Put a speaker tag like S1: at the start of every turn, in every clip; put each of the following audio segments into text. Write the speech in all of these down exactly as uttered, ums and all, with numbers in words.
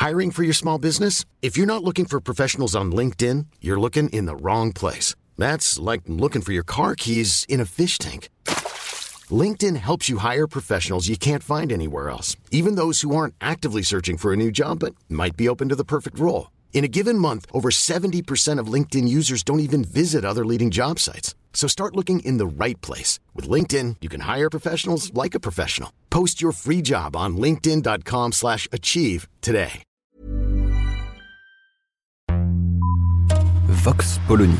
S1: Hiring for your small business? If you're not looking for professionals on LinkedIn, you're looking in the wrong place. That's like looking for your car keys in a fish tank. LinkedIn helps you hire professionals you can't find anywhere else, even those who aren't actively searching for a new job but might be open to the perfect role. In a given month, over seventy percent of LinkedIn users don't even visit other leading job sites. So start looking in the right place. With LinkedIn, you can hire professionals like a professional. Post your free job on linkedin dot com slash achieve today.
S2: Vox Polony.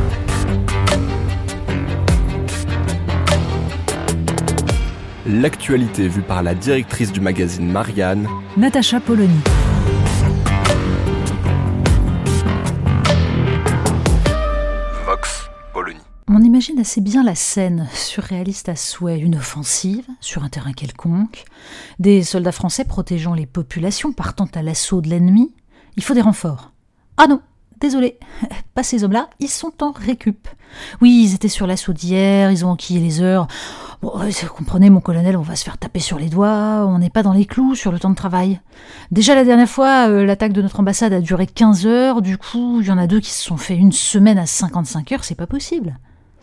S2: L'actualité vue par la directrice du magazine Marianne,
S3: Natacha Polony.
S2: Vox Polony.
S3: On imagine assez bien la scène, surréaliste à souhait, une offensive sur un terrain quelconque, des soldats français protégeant les populations partant à l'assaut de l'ennemi. Il faut des renforts. Ah non, désolé, pas ces hommes-là, ils sont en récup. Oui, ils étaient sur l'assaut d'hier, ils ont enquillé les heures. Bon, vous comprenez, mon colonel, on va se faire taper sur les doigts, on n'est pas dans les clous sur le temps de travail. Déjà la dernière fois, euh, l'attaque de notre ambassade a duré quinze heures, du coup, il y en a deux qui se sont fait une semaine à cinquante-cinq heures, c'est pas possible.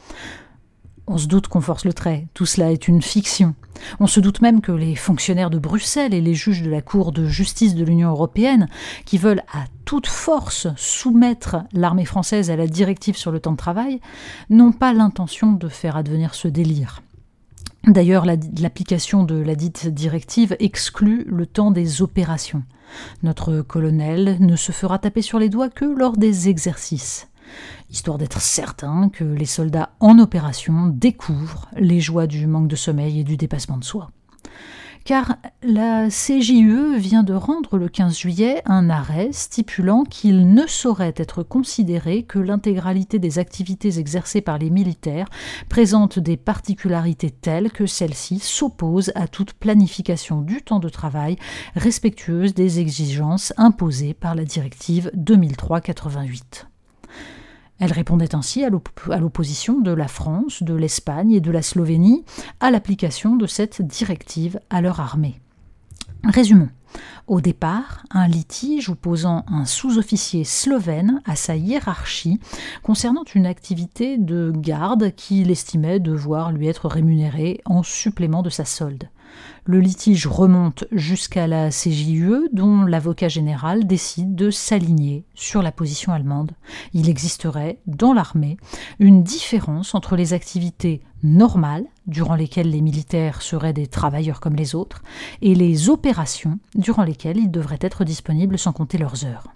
S3: On se doute qu'on force le trait, tout cela est une fiction. On se doute même que les fonctionnaires de Bruxelles et les juges de la Cour de justice de l'Union européenne, qui veulent à toute force soumettre l'armée française à la directive sur le temps de travail, n'ont pas l'intention de faire advenir ce délire. D'ailleurs, la, l'application de la dite directive exclut le temps des opérations. Notre colonel ne se fera taper sur les doigts que lors des exercices, histoire d'être certain que les soldats en opération découvrent les joies du manque de sommeil et du dépassement de soi. Car la C J E vient de rendre le quinze juillet un arrêt stipulant qu'il ne saurait être considéré que l'intégralité des activités exercées par les militaires présente des particularités telles que celles-ci s'opposent à toute planification du temps de travail respectueuse des exigences imposées par la directive deux mille trois quatre-vingt-huit. Elle répondait ainsi à, l'op- à l'opposition de la France, de l'Espagne et de la Slovénie à l'application de cette directive à leur armée. Résumons. Au départ, un litige opposant un sous-officier slovène à sa hiérarchie concernant une activité de garde qu'il estimait devoir lui être rémunérée en supplément de sa solde. Le litige remonte jusqu'à la C J E, dont l'avocat général décide de s'aligner sur la position allemande. Il existerait, dans l'armée, une différence entre les activités normales, durant lesquelles les militaires seraient des travailleurs comme les autres, et les opérations, durant lesquelles ils devraient être disponibles sans compter leurs heures.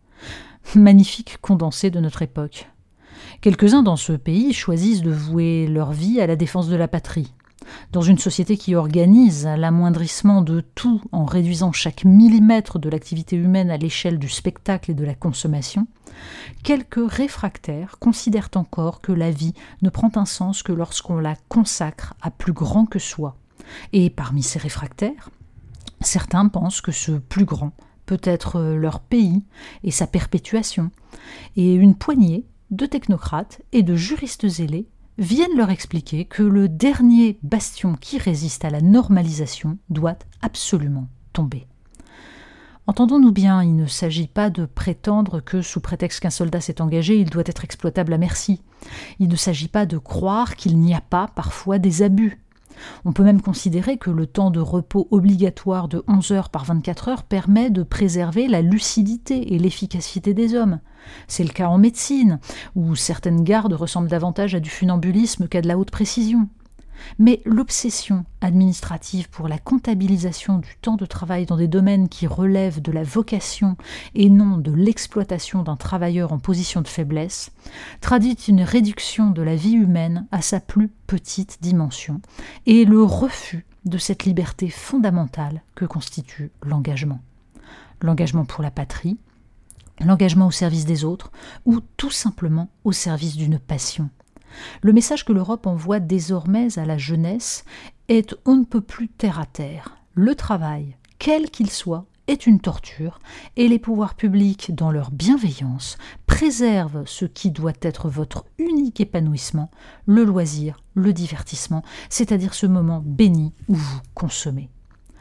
S3: Magnifique condensé de notre époque. Quelques-uns dans ce pays choisissent de vouer leur vie à la défense de la patrie. Dans une société qui organise l'amoindrissement de tout en réduisant chaque millimètre de l'activité humaine à l'échelle du spectacle et de la consommation, quelques réfractaires considèrent encore que la vie ne prend un sens que lorsqu'on la consacre à plus grand que soi. Et parmi ces réfractaires, certains pensent que ce plus grand peut être leur pays et sa perpétuation, et une poignée de technocrates et de juristes zélés viennent leur expliquer que le dernier bastion qui résiste à la normalisation doit absolument tomber. Entendons-nous bien, il ne s'agit pas de prétendre que, sous prétexte qu'un soldat s'est engagé, il doit être exploitable à merci. Il ne s'agit pas de croire qu'il n'y a pas parfois des abus. On peut même considérer que le temps de repos obligatoire de onze heures par vingt-quatre heures permet de préserver la lucidité et l'efficacité des hommes. C'est le cas en médecine, où certaines gardes ressemblent davantage à du funambulisme qu'à de la haute précision. Mais l'obsession administrative pour la comptabilisation du temps de travail dans des domaines qui relèvent de la vocation et non de l'exploitation d'un travailleur en position de faiblesse traduit une réduction de la vie humaine à sa plus petite dimension et le refus de cette liberté fondamentale que constitue l'engagement. L'engagement pour la patrie, l'engagement au service des autres ou tout simplement au service d'une passion. Le message que l'Europe envoie désormais à la jeunesse est on ne peut plus terre à terre. Le travail, quel qu'il soit, est une torture et les pouvoirs publics, dans leur bienveillance, préservent ce qui doit être votre unique épanouissement, le loisir, le divertissement, c'est-à-dire ce moment béni où vous consommez.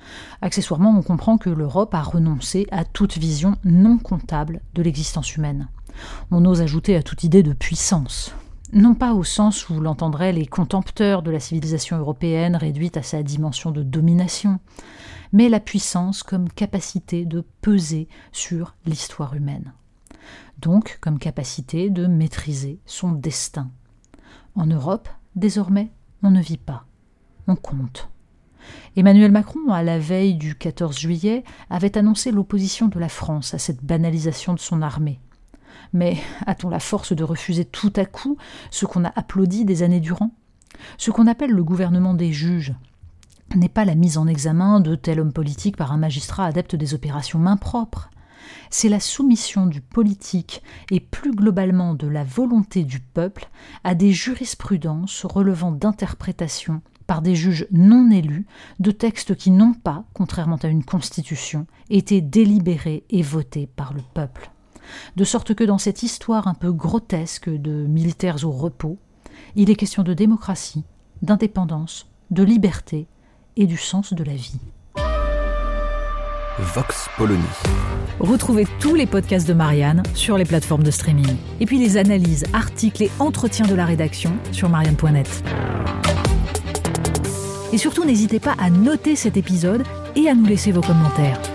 S3: Accessoirement, on comprend que l'Europe a renoncé à toute vision non comptable de l'existence humaine. On ose ajouter à toute idée de puissance. Non pas au sens où l'entendraient les contempteurs de la civilisation européenne réduite à sa dimension de domination, mais la puissance comme capacité de peser sur l'histoire humaine. Donc comme capacité de maîtriser son destin. En Europe, désormais, on ne vit pas, on compte. Emmanuel Macron, à la veille du quatorze juillet, avait annoncé l'opposition de la France à cette banalisation de son armée. Mais a-t-on la force de refuser tout à coup ce qu'on a applaudi des années durant ? Ce qu'on appelle le gouvernement des juges n'est pas la mise en examen de tel homme politique par un magistrat adepte des opérations main propre. C'est la soumission du politique et plus globalement de la volonté du peuple à des jurisprudences relevant d'interprétations par des juges non élus de textes qui n'ont pas, contrairement à une constitution, été délibérés et votés par le peuple. De sorte que dans cette histoire un peu grotesque de militaires au repos, il est question de démocratie, d'indépendance, de liberté et du sens de la vie.
S2: Vox Polony.
S3: Retrouvez tous les podcasts de Marianne sur les plateformes de streaming. Et puis les analyses, articles et entretiens de la rédaction sur marianne point net. Et surtout, n'hésitez pas à noter cet épisode et à nous laisser vos commentaires.